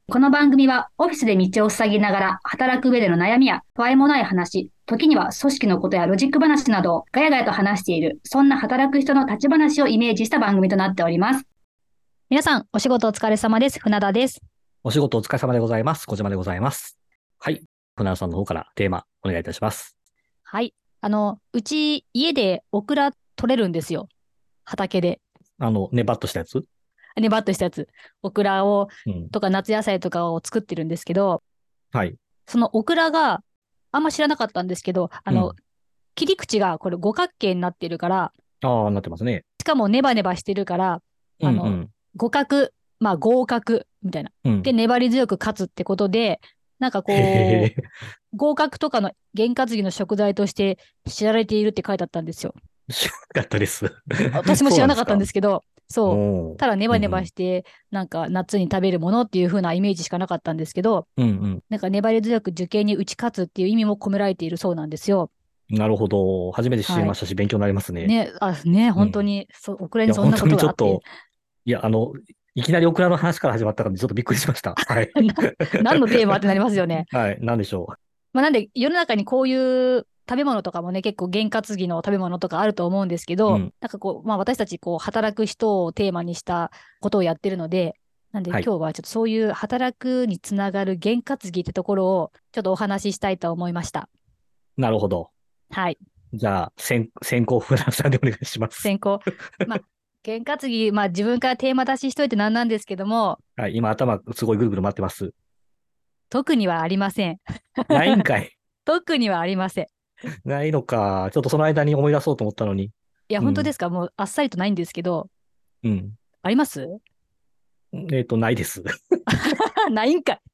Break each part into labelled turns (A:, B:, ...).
A: この番組はオフィスで道を塞ぎながら働く上での悩みや不安もない話、時には組織のことやロジック話などをガヤガヤと話している、そんな働く人の立ち話をイメージした番組となっております。皆さん、お仕事お疲れ様です。船田です。
B: お仕事お疲れ様でございます。小島でございます。はい。船田さんの方からテーマお願いいたします。
A: はい。うち家でオクラ取れるんですよ。畑で。
B: ネバっとしたやつ。
A: ネバッとしたやつ。オクラを、
B: うん。
A: とか夏野菜とかを作ってるんですけど、
B: はい。
A: そのオクラがあんま知らなかったんですけど、
B: うん。
A: 切り口がこれ五角形になってるから、
B: ああ、なってますね。
A: しかもネバネバしてるから、あの、
B: うんうん。
A: 互角、まあ合格みたいな。で、
B: うん。
A: 粘り強く勝つってことで、なんか
B: へへ
A: こ
B: へ。
A: う、合格とかの験担ぎの食材として知られているって書いてあったんですよ。
B: 知らなかったです。
A: 私も知らなかったん
B: そうなんですか。
A: ですけど、そう。
B: おー。
A: ただネバネバ
B: うん
A: して、なんか夏に食べるものっていう風なイメージしかなかったんですけど、
B: うん。うん
A: なんか粘り強く受験に打ち勝つっていう意味も込められているそうなんですよ。
B: うん。なるほど。初めて知り
A: はい。
B: ましたし、勉強になりますね。
A: ね、ね、
B: うん。い
A: 本当に、そう、オクラに
B: や、
A: そんなこ
B: 本当に
A: とがあって、
B: ちょっと、いや、いきなりオクラの話から始まったからちょっとびっくりしました。はい。
A: 何のテーマってなりますよね。
B: はい。なんでしょ
A: まあ、なんで、世の中にこういう食べ物とかもね、結構験担ぎの食べ物とかあると思うんですけ
B: う。う
A: ど、
B: ん。
A: なんかこう、まあ私たちこう、働く人をテーマにしたことをやってるので、なんで
B: はい。
A: 今日はちょっとそういう働くにつながる験担ぎってところをちょっとお話ししたいと思いました。
B: なるほど。
A: はい。
B: じゃあ、先行船田さんでお願いします。
A: 先行。まあ、験担ぎ、まあ自分からテーマ出ししといてなんなんですけども、
B: はい。今頭すごいぐるぐる回ってます。
A: 特にはありません。
B: ないんかい。
A: 特にはありません。
B: ないのか。ちょっとその間に思い出そうと思ったのに。
A: いや、
B: うん。
A: 本当ですか？もうあっさりとないんですけど、
B: うん。
A: あります？
B: ないです。
A: ないんかい。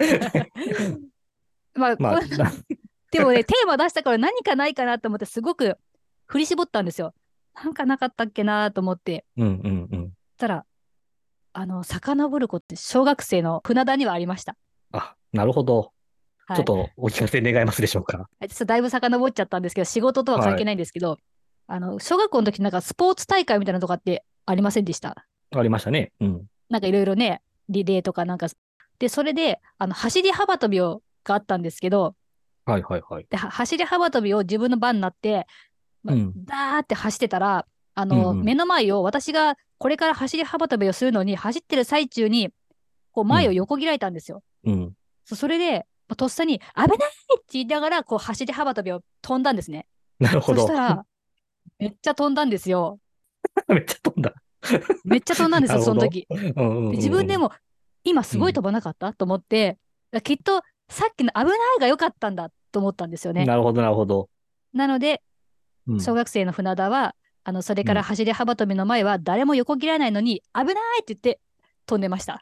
A: まあ、
B: まあ、
A: でもね、テーマ出したから何かないかなと思って、すごく振り絞ったんですよ。なんかなかったっけなと思って。
B: うんうんうん。
A: たら、遡ることって小学生の船田にはありました。
B: あ、なるほど。ちょ
A: はい。
B: っとお聞かせ願えますでしょうか。
A: ちょっとだいぶ遡っちゃったんですけど、仕事とは関係
B: はい。
A: ないんですけど、小学校の時なんかスポーツ大会みたいなのとかってありませんでした？
B: ありましたね。うん。
A: なんかいろいろね、リレーとかなんか、で、それで、走り幅跳びがあったんですけど、
B: はいはいはい。
A: で、走り幅跳びを自分の番になって、まあ、
B: うん。
A: ダーって走ってたら、
B: うんうん。
A: 目の前を私がこれから走り幅跳びをするのに、走ってる最中に、こう前を
B: うん。
A: 横切られたんですよ。
B: うん。
A: それで、とっさに、危ないって言いながら、こう走り幅跳びを飛んだんですね。
B: なるほど。
A: そしたら、めっちゃ飛んだんですよ。
B: めっちゃ飛んだ。
A: めっちゃ飛んだんですよ、
B: なるほど。
A: その時。
B: うんうん
A: で、
B: うんうん。
A: 自分でも、今す
B: うん。
A: ごい飛ばなかったと思って、きっとさっきの危ないが良かったんだと思ったんですよね。
B: なるほどなるほど。
A: なので、
B: うん。
A: 小学生の船田は、それから
B: うん。
A: 走り幅跳びの前は誰も横切らないのに、危ないって言って飛んでました。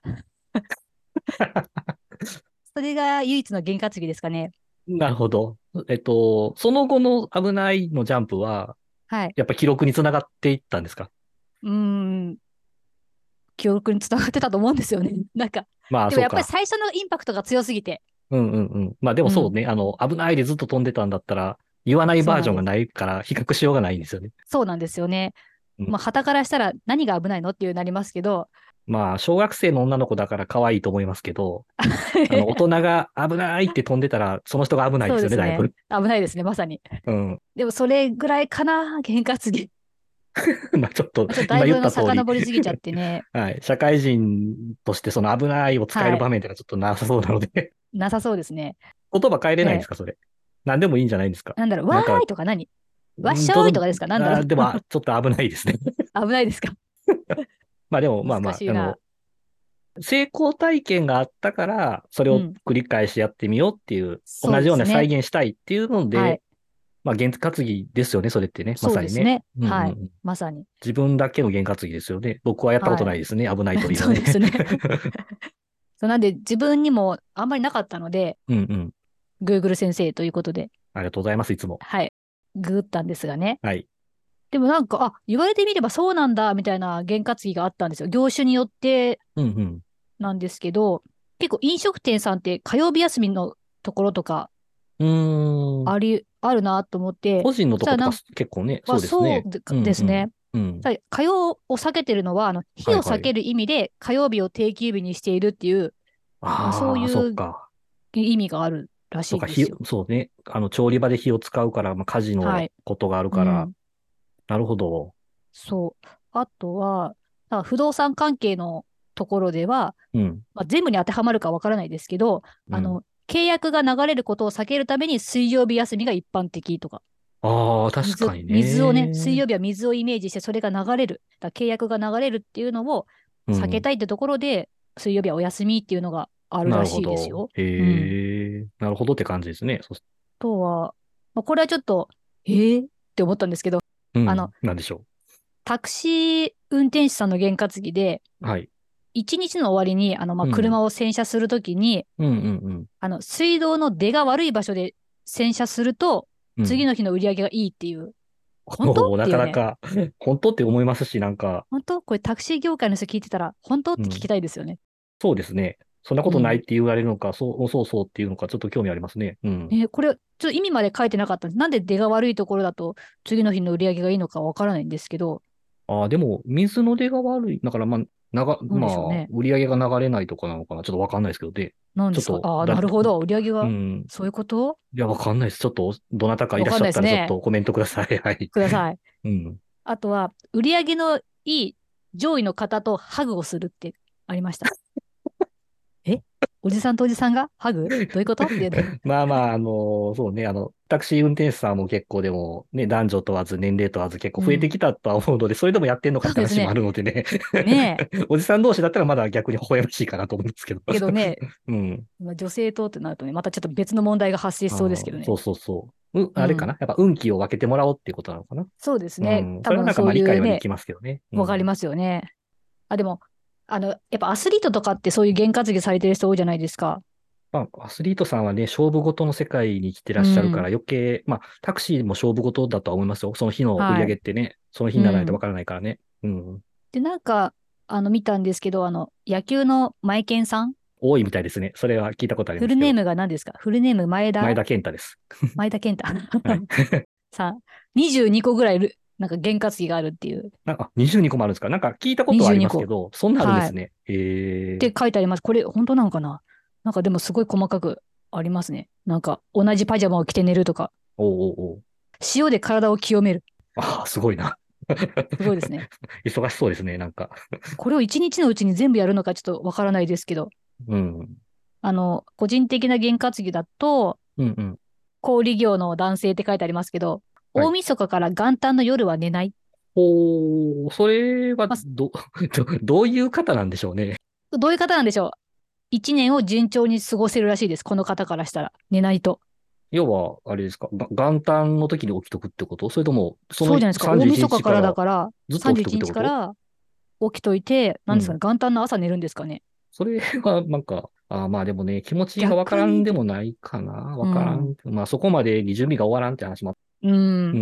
A: それが唯一の験担ぎですかね。
B: なるほど。その後の危ないのジャンプは、
A: はい。
B: やっぱ記録につながっていったんですか？
A: うーん、記憶につながってたと思うんですよね。なんか、
B: まあ、
A: でもやっぱり
B: そうか。
A: 最初のインパクトが強すぎて、
B: うんうんうん。まあでも
A: うん、
B: そうね、危ないでずっと飛んでたんだったら、言わないバージョンが
A: そうなんです。
B: ないから、比較しようがないんですよね。
A: そうなんですよね。
B: うん。
A: まあ、傍からしたら何が危ないのっていうなりますけど、
B: まあ、小学生の女の子だから可愛いと思いますけど、大人が危ないって飛んでたら、その人が危ない
A: そう
B: ですよね、
A: ですね。
B: だいぶ。
A: 危ないですね、まさに。
B: うん。
A: でもそれぐらいかな、験担ぎ。
B: まあちょっと、
A: ちょっとだい
B: 今言っ
A: ぶ
B: た通り、
A: 遡りすぎちゃってね。
B: はい。社会人としてその危ないを使え
A: はい。
B: る場面っていうのはちょっとなさそうなので、
A: なさそうですね。
B: 言葉変えれないんで
A: ええ。
B: すか、それ。何でもいいんじゃないんですか。
A: なんだろう、わ
B: なんか、
A: ーいとか何？わっし
B: ちょっと、
A: ょーいとかですか？なんだろう。
B: でも、ちょっと危ないですね。
A: 危ないですか？
B: まあでも、まあまあ、
A: 難しいな。
B: 成功体験があったから、それを
A: うん。
B: 繰り返しやってみようっていう、
A: そう
B: 同じような再
A: ですね。
B: 現したいっていうので、
A: はい。
B: まあ、験担ぎですよね、それってね、まさにね。
A: そうですね。
B: うんうん
A: はい。
B: うん。
A: まさに。
B: 自分だけの験担ぎですよね。僕はやったこ
A: はい。
B: とないですね、危ない鳥はね。
A: そうですね。そうなんで自分にもあんまりなかったので、
B: うんうん。
A: Google 先生ということで、
B: ありがとうございます、いつも。
A: はい。ググったんですがね。
B: はい。
A: でもなんか、言われてみればそうなんだ、みたいな験担ぎがあったんですよ。業種によって
B: うんうん。
A: なんですけど、結構飲食店さんって火曜日休みのところとか
B: うーん。
A: あるなと思って、
B: 個人のとことか
A: そしたら
B: 結構ね、そう
A: まあ、
B: ですね。
A: そうで
B: うんうん。
A: ですね。
B: うん。
A: 火曜を避けてるのは、火
B: はいはい。
A: を避ける意味で火曜日を定休日にしているっていう
B: ああ、そっ
A: そういう
B: か。
A: 意味があるらし
B: そうか、
A: いんですよ。
B: そうね。調理場で火を使うから、まあ、火事の
A: はい。
B: ことがあるから、
A: うん。
B: なるほど。
A: そう。あとは、不動産関係のところでは、
B: うん、
A: まあ、全部に当てはまるかわからないですけど、
B: うん。
A: 契約が流れることを避けるために水曜日休みが一般的とか、
B: ああ、確かに
A: 水をね、水
B: ね。
A: 曜日は水をイメージしてそれが流れる。契約が流れるっていうのを避け
B: うん。
A: たいってところで、水曜日はお休みっていうのがある
B: なる
A: ら
B: ほど。
A: しいですよ。うん。
B: へえ、なるほどって感じですね。
A: あとは、まあ、これはちょっと、って思ったんですけど、あの、
B: うん、なんでしょ
A: タクシー運転手さんの験担ぎで、
B: う。はい。
A: 一日の終わりに、まあ、
B: うん、
A: 車を洗車するときに、
B: うん、うん、
A: 水道の出が悪い場所で洗車すると、
B: うん。うん。
A: 次の日の売り上げがいいっていう、本当
B: おーな
A: っていうね。
B: かなか、本当って思いますし、なんか、
A: 本当これタクシー業界の人聞いてたら、本当っ
B: うん。
A: て聞きたいですよね。
B: そうですね。そんなことないっ
A: うん。
B: て言われるのか、そうそうっていうのか、ちょっと興味ありますね。うん。
A: これ、ちょっと意味まで書いてなかったんです。なんで出が悪いところだと、次の日の売り上げがいいのかわからないんですけど、
B: ああ、でも、水の出が悪い。だから、
A: なん
B: まあ、
A: でしょうね。
B: 売り上げが流れないとかなのかな。ちょっとわかんないですけど、で、
A: なんですか。
B: ちょっと、
A: ああ、なるほど。売り上げが、
B: うん。
A: そういうこと。
B: いや、わかんないです。ちょっと、どなたかい
A: わかんないで
B: らっしゃったら、ちょっ
A: すね。
B: とコメントください。はい。
A: ください。
B: うん。
A: あとは、売り上げのいい上位の方とハグをするってありました。えおじさんとおじさんがハグどういうことってね。
B: まあまあ、そうね、タクシー運転手さんも結構でも、ね、男女問わず、年齢問わず結構増えて
A: うん。
B: きたとは思うので、それでもやってんのかって話もあ
A: そうですね。
B: るのでね。
A: ね
B: おじさん同士だったらまだ逆に微笑ましいかなと思うんですけど。
A: え。けどね、
B: うん。
A: まあ女性とってなるとね、またちょっと別の問題が発生しそうですけどね。
B: そうそうそう。
A: うん。
B: あれかなやっぱ運気を分けてもらおうっていうことなのかな。
A: そうですね。
B: うん。それはなんかまあ
A: 多分そう
B: 理解はで
A: いうね、
B: きますけどね。うん。
A: わかりますよね。あ、でも、やっぱアスリートとかってそういう験担ぎされてる人多いじゃないですか。
B: まあ、アスリートさんはね、勝負事の世界に来てらっしゃるから
A: うん。
B: 余計、まあ、タクシーも勝負事だとは思いますよ。その日の売り上
A: はい。
B: げってね、その日にならないとわ
A: うん。
B: からないからね。うん。
A: で、なんか、見たんですけど、野球のマイケンさん、
B: 多いみたいですね。それは聞いたことありますけど。
A: フルネームが何ですか？フルネーム
B: 前田健太です。
A: 前田健太
B: はい。
A: さん、22個ぐらいなんか験担ぎがあるっていう。
B: なんか、22個もあるんですか？なんか聞いたことはあ
A: 22
B: りますけ
A: 個。
B: ど、そんなあるんで
A: はい。っ
B: すね。
A: て書いてあります。これ、本当なのかな？なんかでもすごい細かくありますね。なんか、同じパジャマを着て寝るとか、
B: おうおうおう。
A: 塩で体を清める。
B: ああ、すごいな。
A: すごいですね。
B: 忙しそうですね、なんか。
A: これを1日のうちに全部やるのかちょっとわからないですけど、
B: うん。
A: 個人的な験担ぎだと、
B: うんうん。
A: 小売業の男性って書いてありますけど、
B: はい。
A: 大晦日から元旦の夜は寝ない。
B: おー、それは、
A: ま
B: どういう方なんでしょうね。
A: どういう方なんでしょう？一年を順調に過ごせるらしいです。この方からしたら。寝ないと。
B: 要は、あれですか、元旦の時に起きとくってこと？それとも、その
A: そうじゃないですか。大
B: 31
A: 晦日からだ
B: 日から
A: から31
B: ずっと起きとくってこと？
A: 日起きといて、
B: うん。
A: なんですかね。元旦の朝寝るんですかね。
B: それは、なんか、まあでもね、気持ちがわからんでも
A: 逆にって。
B: ないかな。わからん。
A: うん。
B: まあそこまでに準備が終わらんって話も、
A: うん。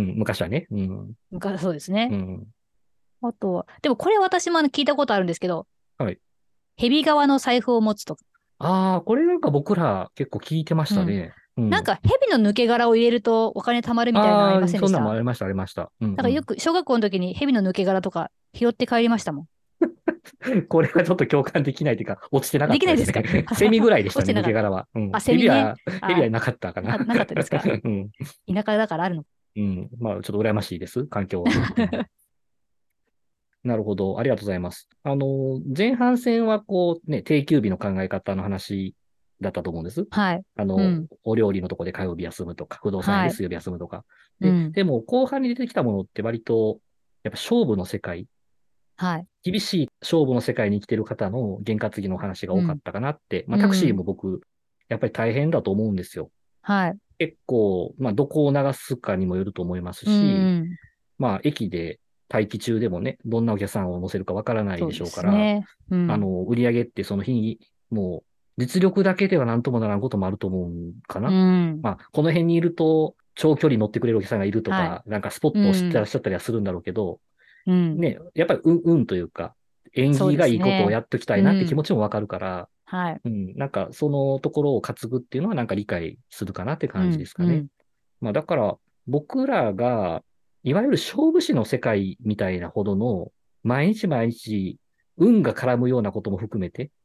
B: うん、昔はね。うん。
A: そうですね。
B: うん。
A: あとは、でもこれ私も聞いたことあるんですけど、
B: はい。
A: 蛇側の財布を持つとか。
B: ああ、これなんか僕ら結構聞いてまし
A: うん。
B: たね。うん。
A: なんか蛇の抜け殻を入れるとお金貯まるみたいなのあり
B: ああ、
A: ませんで
B: そんなんも
A: した？
B: ありました、ありました。うんうん。
A: なんかよく小学校の時に蛇の抜け殻とか拾って帰りましたもん。
B: これはちょっと共感できないというか、落ちてなかったです
A: できないですか？
B: ね。セミぐらいでしたね、
A: 落ちてなかった。
B: 抜け殻は。うん。
A: あ、セミね。
B: ヘビは
A: あ、
B: なかったかな。
A: なかったですか？
B: うん。
A: 田舎だからあるの。
B: うん。まあ、ちょっと羨ましいです、環境は。うん。なるほど。ありがとうございます。前半戦はこうね、定休日の考え方の話だったと思うんです。
A: はい。うん。
B: お料理のとこで火曜日休むとか、不動産屋
A: はい。
B: で水曜日休むとか。
A: うん。
B: でも後半に出てきたものって割と、やっぱ勝負の世界、
A: はい。
B: 厳しい勝負の世界に生きてる方の験担ぎの話が多かっ
A: うん。
B: たかなって。まあタクシー
A: うん。
B: も僕、やっぱり大変だと思うんですよ。
A: はい。
B: 結構、まあどこを流すかにもよると思います
A: う
B: し、
A: ん。
B: まあ駅で待機中でもね、どんなお客さんを乗せるかわからないでし
A: そうで
B: ょうから、
A: すね。うん。
B: 売り上げってその日に、もう実力だけでは何ともならんこともあると思うか
A: う
B: な。
A: ん。
B: まあこの辺にいると、長距離乗ってくれるお客さんがいると
A: はい。
B: か、なんかスポットを知ってらっ
A: うん。
B: しゃったりはするんだろうけど、
A: うん。
B: ね、やっぱり運というか、縁
A: そうで
B: 起がいいことを
A: すね。
B: やっときたいなって気
A: うん。
B: 持ちもわかるから、
A: はい。
B: うん、なんかそのところを担ぐっていうのはなんか理解するかなって感じで
A: うん。
B: すかね。
A: うん。
B: まあだから僕らが、いわゆる勝負師の世界みたいなほどの、毎日毎日運が絡むようなことも含めて、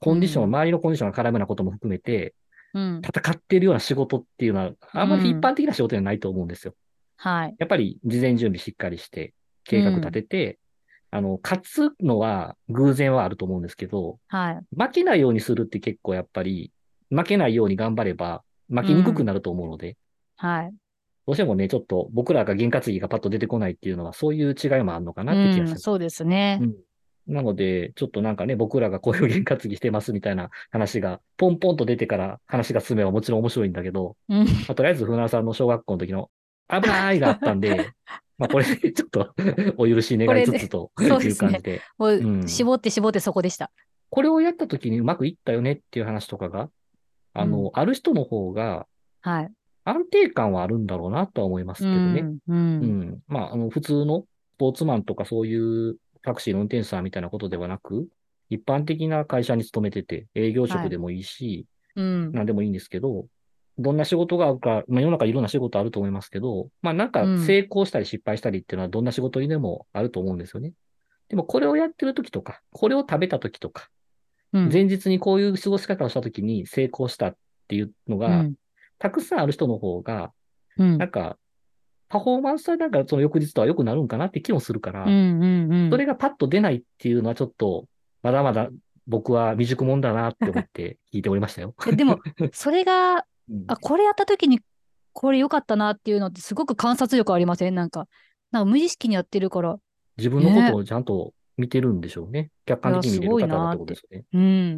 B: コンディション、周りのコンディションが絡むようなことも含めて、
A: うん。
B: 戦っているような仕事っていうのは、
A: う
B: あんまり一
A: ん。
B: 般的な仕事ではないと思うんですよ。
A: はい。
B: やっぱり事前準備しっかりして、計画立
A: うん。
B: てて、勝つのは偶然はあると思うんですけど、
A: はい。
B: 負けないようにするって結構やっぱり、負けないように頑張れば、負けにくく
A: うん。
B: なると思うので、
A: はい。
B: どうしてもね、ちょっと僕らが験担ぎがパッと出てこないっていうのは、そういう違いもあるのかな
A: う
B: って気がし
A: ん。
B: ます。
A: そうですね。
B: うん。なので、ちょっとなんかね、僕らがこういう験担ぎしてますみたいな話が、ポンポンと出てから話が進めばもちろん面白いんだけど、
A: うん。
B: まあ、とりあえず船田さんの小学校の時の危ないがあったんで、まあこれでちょっとお許し願い
A: これで、
B: つつという
A: そうですね。
B: 感じで、
A: もう、
B: うん。
A: 絞って絞ってそこでした。
B: これをやった時にうまくいったよねっていう話とかが、
A: うん。
B: ある人の方が
A: はい。
B: 安定感はあるんだろうなとは思いま
A: う
B: すけどね。
A: ん。うん。
B: うん。まあ、普通のスポーツマンとかそういうタクシーの運転手さんみたいなことではなく、一般的な会社に勤めてて、営業
A: はい。
B: 職でもいいし、
A: うん。
B: なんでもいいんですけど、どんな仕事があるか、まあ、世の中いろんな仕事あると思いますけど、まあなんか
A: うん。
B: 成功したり失敗したりっていうのはどんな仕事にでもあると思うんですよね。でもこれをやってる時とか、これを食べた時とか、
A: うん。
B: 前日にこういう過ごし方をした時に成功したっていうのが、
A: うん。
B: たくさんある人の方が、
A: うん。
B: なんかパフォーマンスはなんかその翌日とは良くなるんかなって気もするから、
A: うん。うん。うん。
B: それがパッと出ないっていうのはちょっと、まだまだ僕は未熟者だなって思って聞いておりましたよ。
A: でも、それが、
B: うん、
A: あ、これやった時に、これ良かったなっていうのってすごく観察力ありません？なんか無意識にやってるから。
B: 自分のこと
A: ね。
B: をちゃんと見てるんでしょうね。客
A: いや、
B: 観的に見れる
A: すごい
B: 方だって
A: なって。
B: ことですよね。
A: うん。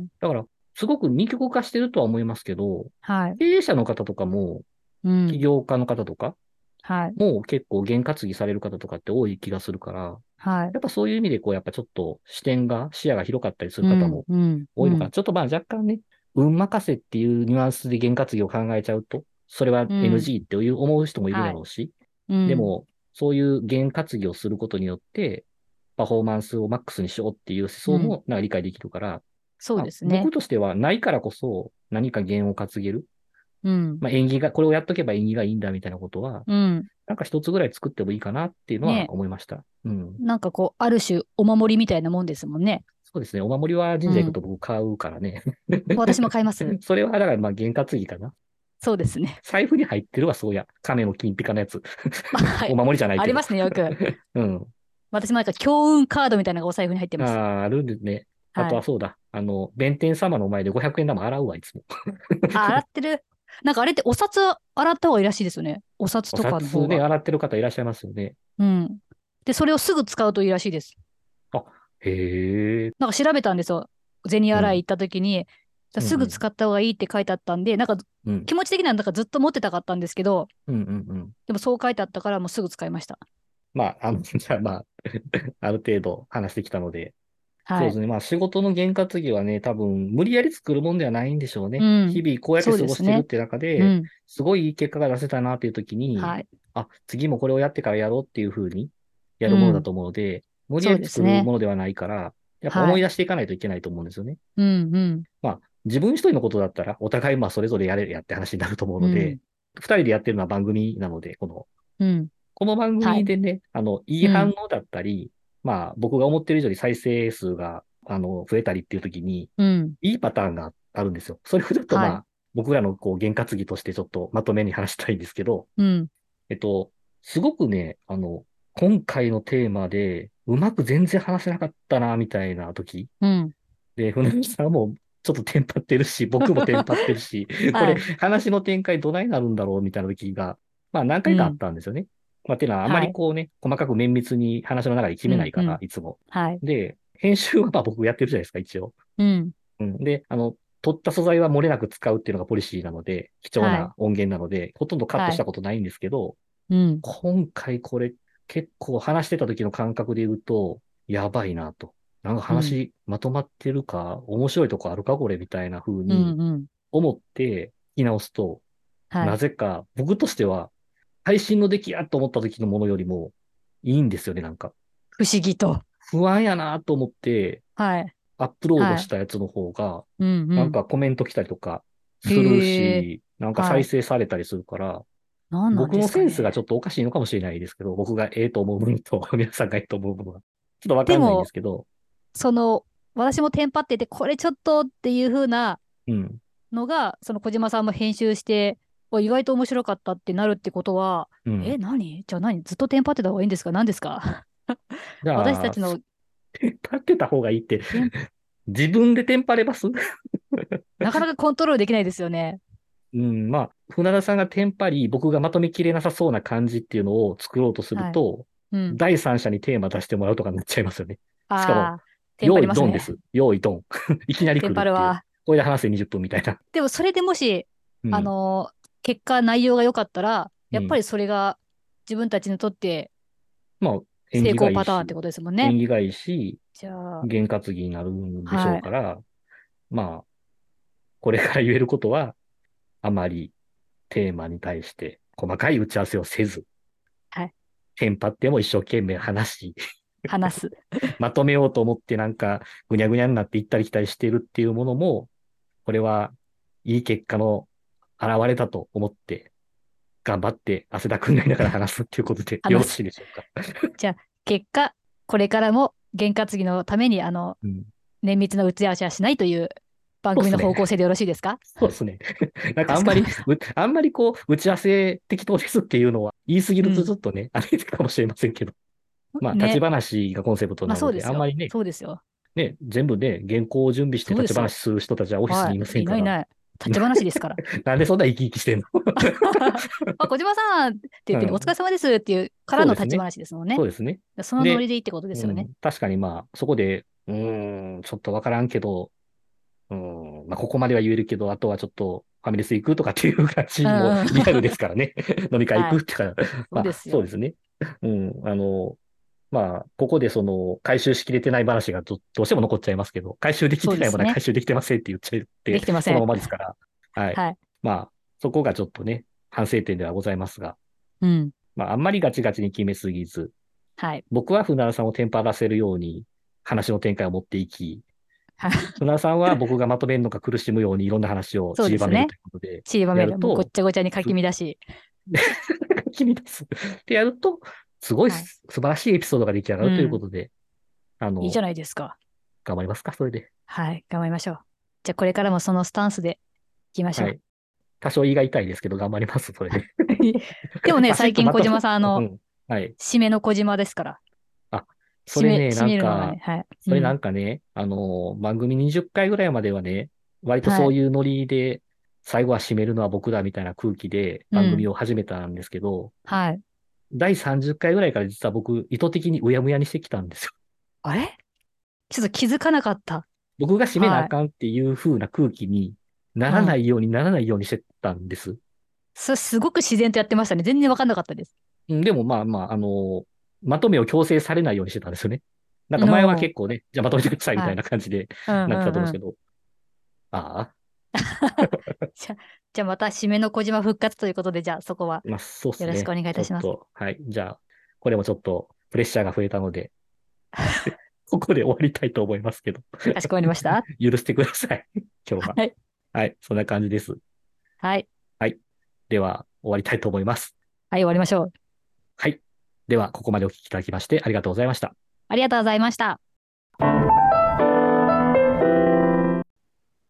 B: だから、すごく二極化してるとは思いますけど、
A: はい。
B: 経営者の方とかも、
A: うん。
B: 起業家の方とか
A: はい。
B: も結構験担ぎされる方とかって多い気がするから、
A: はい。
B: やっぱそういう意味でやっぱちょっと視野が広かったりする
A: うん。
B: 方も
A: うん。
B: 多いのかな。
A: うん。
B: ちょっとまあ若干ね、運任せっていうニュアンスで験担ぎを考えちゃうと、それは
A: うん。
B: NG っていう思う人もいるだ
A: はい。
B: ろうし、
A: うん。
B: でも、そういう験担ぎをすることによって、パフォーマンスをマックスにしようっていう思想
A: うん。
B: もなんか理解できるから、
A: そう
B: まあ、
A: ですね。
B: 僕としてはないからこそ何か験を担げる。
A: うん。
B: まあ、縁起が、これをやっとけば縁起がいいんだみたいなことは、
A: うん。
B: なんか一つぐらい作ってもいいかなっていうのは
A: ね。
B: 思いました。うん。
A: なんかこう、ある種、お守りみたいなもんですもんね。
B: そうですね。お守りは神社行く
A: うん。
B: と僕買うからね。
A: 私も買います。
B: それはだからまあ験担ぎかな。
A: そうですね。
B: 財布に入ってるわ、そうや。亀の金ピカのやつ。
A: は
B: お
A: い。
B: 守りじゃないけど。
A: ありますね、よく。
B: うん。
A: 私もなんか強運カードみたいなのがお財布に入ってます。
B: ああ、あるんですね。あ
A: はい。
B: とはそうだ。弁天様の前で500円玉洗うわ、いつも。
A: あ、洗ってる。なんかあれってお札洗った方がいいらしいですよね。お札
B: お
A: とかの
B: 札ね、
A: 方が。
B: 洗ってる方いらっしゃいますよね。
A: うん。で、それをすぐ使うといいらしいです。
B: あ、へえ。
A: なんか調べたんですよ。銭
B: うん。
A: 洗い行った時に、
B: うんうん。
A: すぐ使った方がいいって書いてあったんで、なんか
B: うん。
A: 気持ち的にはなんかずっと持ってたかったんですけど、
B: うんうんうん。
A: でもそう書いてあったからもうすぐ使いました。
B: まあ、じゃあまあ、ある程度話してきたので、そ
A: はい。
B: うですね。まあ仕事の験担ぎはね、多分無理やり作るもんではないんでしょうね。日
A: うん。
B: 々こうやって
A: そう
B: 過
A: ですね。
B: ごしてるって中で、
A: うん。
B: すごいいい結果が出せたなっていう時に、
A: はい。
B: あ、次もこれをやってからやろうっていうふうにや
A: うん。
B: るものだと思うので、無理
A: そう
B: やり作る
A: ですね。
B: ものではないから、やっぱ思い
A: はい。
B: 出していかないといけないと思うんですよね。
A: うん、うん、
B: まあ、自分一人のことだったら、お互いまあそれぞれやれやって話になると思うので、
A: うん、
B: 二人でやってるのは番組なので、
A: うん。
B: この番
A: はい。
B: 組でね、いい
A: うん、
B: 反応だったり、まあ、僕が思ってる以上に再生数が、増えたりっていう時に、
A: うん。
B: いいパターンがあるんですよ。それをちょっとま
A: はい。
B: あ、僕らの験担ぎとしてちょっとまとめに話したいんですけど、
A: うん、
B: えっと、すごくね、今回のテーマで、うまく全然話せなかったな、みたいな時。
A: うん。
B: で、船木さんもちょっとテンパってるし、僕もテンパってるし、これ
A: はい。
B: 話の展開どないなるんだろうみたいな時が、まあ何回かあっ
A: うん。
B: たんですよね。まあっていうのはあま
A: はい。
B: りこうね、細かく綿密に話の中で決
A: うん、
B: めないから、
A: うん。
B: いつも。
A: はい。
B: で、編集はまあ僕やってるじゃないですか、一応。
A: うん。
B: うん。で、取った素材は漏れなく使うっていうのがポリシーなので、貴重
A: はい。
B: な音源なので、ほとんどカット
A: はい。
B: したことないんですけど、
A: うん。
B: 今回これ結構話してた時の感覚で言うと、やばいなと。なんか
A: うん。
B: 話まとまってるか、面白いとこあるかこれみたいな風に
A: うん。うん。
B: 思って聞き直すと、
A: はい。
B: なぜか僕としては配信の出来やと思った時のものよりもいいんですよね、なんか。
A: 不思議と。
B: 不安やなと思って
A: はい。
B: アップロード
A: はい。
B: したやつの方が、
A: うん。うん。
B: なんかコメント来たりとかする
A: へえ。
B: し、なんか再
A: はい。
B: 生されたりするから、
A: 何なんで
B: 僕のセンスがちょ
A: すかね。
B: っとおかしいのかもしれないですけど、僕がええと思うものと皆さんがええと思うものは、ちょっとわかんないんで
A: でも、
B: すけど、
A: その、 私もテンパってて、これちょっとっていう風な
B: うん。
A: のが、その小島さんも編集して、意外と面白かったってなるってことは、
B: うん。
A: じゃあ何ずっとテンパってた方がいいんですか？何ですか？
B: じゃあ、
A: 私たちの
B: テンパってた方がいいって、
A: テン、
B: 自分でテンパれます？
A: なかなかコントロールできないですよね。
B: うん、まあ、船田さんがテンパり、僕がまとめきれなさそうな感じっていうのを作ろうとする
A: はい。
B: と、
A: うん。
B: 第三者にテーマ出してもらうとかになっちゃいますよね。しかも、
A: ああ、テンパ
B: 用意
A: りますね。
B: ドンです。用意ドン。いきなり
A: テン
B: 来るっていう。
A: パるわ。
B: これで話せ20分みたいな。
A: でもそれでもし、
B: うん。
A: 結果内容が良かったら、
B: うん。
A: やっぱりそれが自分たちにとって
B: まあ、縁
A: 成
B: 起が
A: 功パターンって
B: いいし、
A: ことですもんね。
B: 縁起がいいし、
A: じゃあ、
B: 験担ぎになるんでしょ
A: はい。
B: うから、まあ、これから言えることは、あまりテーマに対して細かい打ち合わせをせず、
A: はい。
B: テンパっても一生懸命話し、
A: 話す。
B: まとめようと思ってなんかぐにゃぐにゃになって行ったり来たりしてるっていうものも、これはいい結果の現れだと思って、頑張って汗だくになりながら話すっていうことでよろ
A: 話す。
B: しいでしょうか。
A: じゃあ、結果、これからも験担ぎのために、
B: うん。
A: 綿密な打ち合わせはしないという番組の
B: そうですね。
A: 方向性でよろしいですか？
B: そうですね。なんか
A: かしこまりました。
B: あんまりこう、打ち合わせ適当ですっていうのは言い過ぎるとち
A: うん。
B: ょっとね、あれかもしれませんけど。まあ、立ち
A: ね。
B: 話がコンセプト
A: まあ
B: なので、
A: そうですよ。
B: あんまりね、
A: そうですよ。
B: 全部ね、原稿を準備して立ち
A: そうですよ。
B: 話する人たちはオフィスにいませ
A: はい。
B: んから、
A: いないいない。立ち話ですから。
B: なんでそんな生き生きしてんの？
A: 小島さんって言ってね、お疲れ
B: うん。
A: 様ですっていうからの立ち
B: そうですね。
A: 話ですもんね。
B: そうですね。
A: そのノリ
B: で、
A: でいいってことですよね。
B: 確かにまあ、そこで、ちょっとわからんけど、まあ、ここまでは言えるけど、あとはちょっとファミレス行くとかっていう感じも
A: うんうん。
B: リアルですからね。飲み会
A: はい。
B: 行くってから、
A: そう
B: まあ、
A: ですよ。
B: そうですね。まあ、ここでその、回収しきれてない話がどうしても残っちゃいますけど、回収できてないものは回
A: そうですね。
B: 収できてませんって言っちゃって、その
A: できてません。
B: ままですから、はい。
A: はい。
B: まあ、そこがちょっとね、反省点ではございますが、
A: うん。
B: まあ、あんまりガチガチに決めすぎず、
A: はい。
B: 僕は船田さんをテンパらせるように話の展開を持っていき、
A: はい。
B: 船田さんは僕がまとめるのが苦しむようにいろんな話を
A: そうですね。
B: 散りばめるということで
A: ちりばめる。もうごっ
B: やると、
A: ちゃごちゃにかき
B: す
A: 乱し。
B: 君です。でやると、すごい
A: はい。
B: 素晴らしいエピソードが出来上がるというこ
A: うん。
B: とで、
A: いいじゃないですか。
B: 頑張りますか、それで。
A: はい。頑張りましょう。じゃあこれからもそのスタンスでいきましょう。
B: はい。多少胃が痛いですけど、頑張ります、それで。
A: でもね、
B: バシッ
A: 最近
B: とまとめ、
A: 小島さん、
B: うん。はい。
A: 締めの小島ですから。
B: あ、それね、
A: 締
B: なんか、
A: めるのがね、はい。う
B: それな
A: ん。
B: んかね、番組20回ぐらいまではね、割と
A: はい。
B: そういうノリで、最後は締めるのは僕だみたいな空気で番組
A: うん。
B: を始めたんですけど、
A: はい。
B: 第30回ぐらいから実は僕、意図的にうやむやにしてきたんですよ。
A: あれちょっと気づかなかった。
B: 僕が締めなあ
A: はい。
B: かんっていう風な空気にならな
A: うん。
B: いようにならないようにしてたんです。
A: すごく自然とやってましたね。全然わかんなかったです。
B: でもまあまあ、まとめを強制されないようにしてたんですよね。なんか前は
A: の、
B: 結構ね、じゃあまとめてくださいみたい
A: はい。
B: な感じで
A: うん
B: なってた
A: うんうん。
B: と思うんですけど、ああ、
A: じゃあ、じゃあまた締めの小島復活ということで、じゃあそこは
B: まあそうっすね。
A: よろしくお願いい
B: ちょ
A: たします。
B: っと、はい。じゃあ、これもちょっとプレッシャーが増えたので、ここで終わりたいと思いますけど、
A: かしこまりました。
B: 許してください。今日は。
A: はい。
B: はい。そんな感じです。
A: はい。
B: はい。では、終わりたいと思います。
A: はい、終わりましょう。
B: はい。では、ここまでお聞きいただきましてありがとうございました。
A: ありがとうございました。